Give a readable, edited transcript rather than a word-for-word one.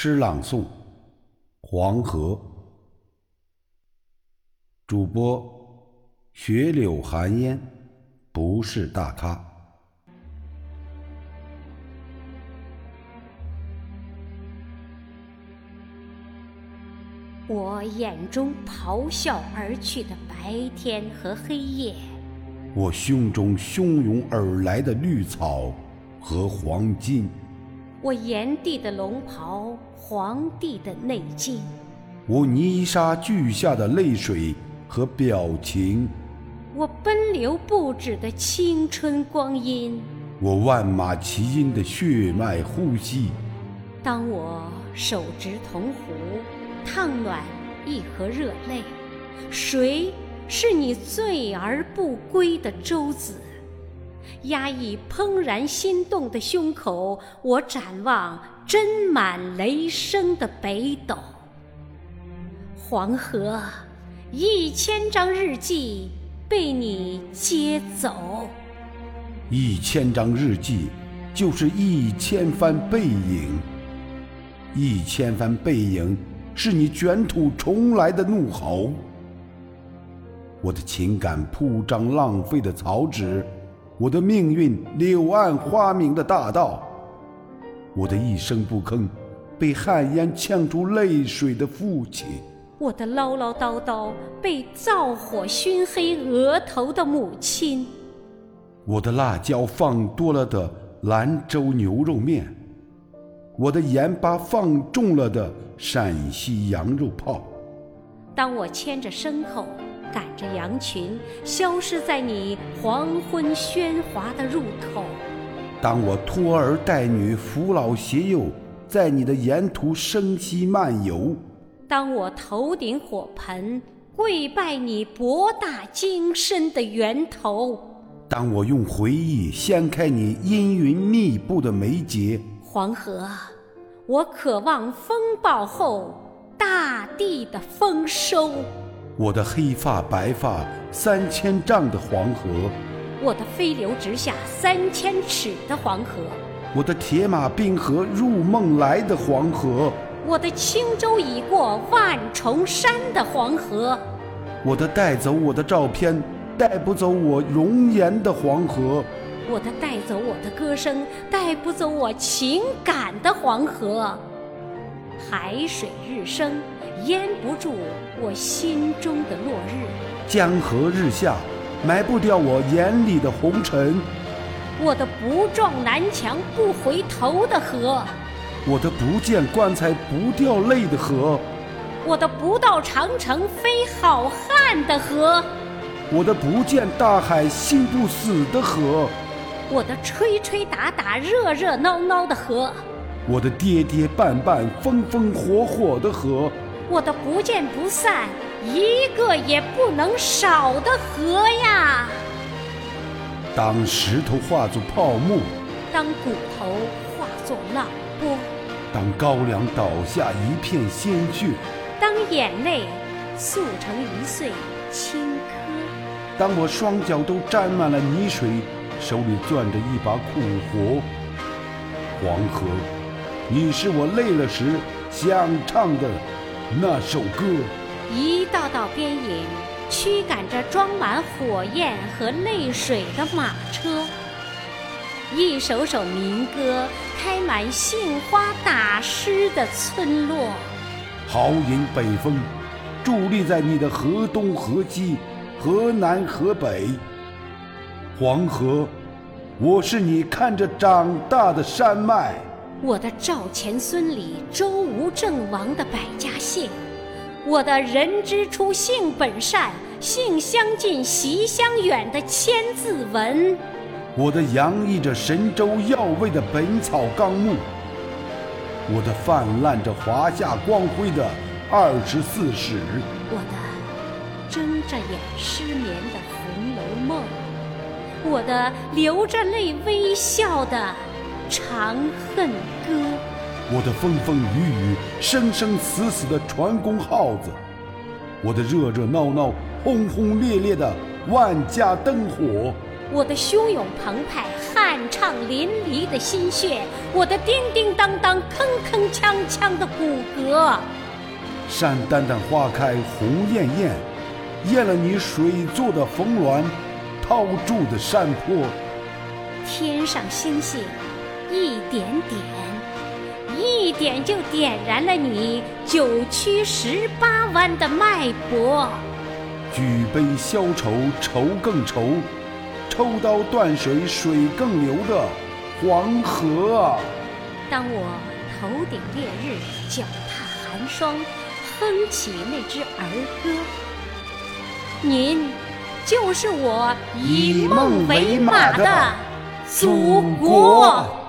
诗朗诵《黄河》，主播雪柳寒烟，不是大咖。 我眼中咆哮而去的白天和黑夜， 我胸中汹涌而来的绿草和黄金， 我炎帝的龙袍，黄帝的内襟， 我泥沙俱下的泪水和表情， 我奔流不止的青春光阴， 我万马齐喑的血脉呼吸。 当我手执铜壶，烫暖一盒热泪，谁是你醉而不归的舟子？压抑怦然心动的胸口，我展望斟满雷声的北斗。黄河，1000张日记被你接走 ，1000张日记就是1000番背影，1000番背影是你卷土重来的怒吼。我的情感铺张浪费的草纸，我的命运柳暗花明的大道，我的一声不吭被汗烟呛出泪水的父亲， 我的唠唠叨叨被灶火熏黑额头的母亲， 我的辣椒放多了的兰州牛肉面，我的盐巴放重了的陕西羊肉泡。 当我牵着牲口赶着羊群消失在你黄昏喧哗的入口， 当我拖儿带女扶老携幼在你的沿途生息漫游， 当我头顶火盆跪拜你博大精深的源头， 当我用回忆掀开你阴云密布的眉睫。 黄河，我渴望风暴后大地的丰收。 我的黑发白发3000丈的黄河， 我的飞流直下3000尺的黄河， 我的铁马冰河入梦来的黄河， 我的轻舟已过万重山的黄河， 我的带走我的照片带不走我容颜的黄河， 我的带走我的歌声带不走我情感的黄河。海水日升，淹不住我心中的落日； 江河日下，埋不掉我眼里的红尘。 我的不撞南墙不回头的河， 我的不见棺材不掉泪的河， 我的不到长城非好汉的河， 我的不见大海心不死的河， 我的吹吹打打热热闹闹的河， 我的跌跌绊绊风风火火的河， 我的不见不散一个也不能少的河呀！ 当石头化作泡沫， 当骨头化作浪波， 当高粱倒下一片鲜血， 当眼泪塑成一穗青稞， 当我双脚都沾满了泥水，手里攥着一把苦活。黄河，你是我累了时想唱的那首歌。 一道道边影驱赶着装满火焰和泪水的马车，一首首民歌开满杏花打湿的村落。 豪迎北风，伫立在你的河东河西河南河北。黄河，我是你看着长大的山脉。 我的赵钱孙李周吴郑王的百家姓，我的人之初性本善，性相近习相远的千字文， 我的洋溢着神州要味的本草纲目，我的泛滥着华夏光辉的24史， 我的睁着眼失眠的红楼梦，我的流着泪微笑的长恨歌， 我的风风雨雨生生死死的船工号子，我的热热闹闹轰轰烈烈的万家灯火， 我的汹涌澎湃、酣畅淋漓的心血，我的叮叮当当、铿铿锵锵的骨骼。 山丹丹花开红艳艳，验了你水做的峰峦，陶铸的山坡。 天上星星一点点，一点就点燃了你9曲18弯的脉搏。 举杯消愁愁更愁，抽刀断水水更流的黄河啊！ 当我头顶烈日，脚踏寒霜，哼起那支儿歌，您就是我以梦为马的祖国。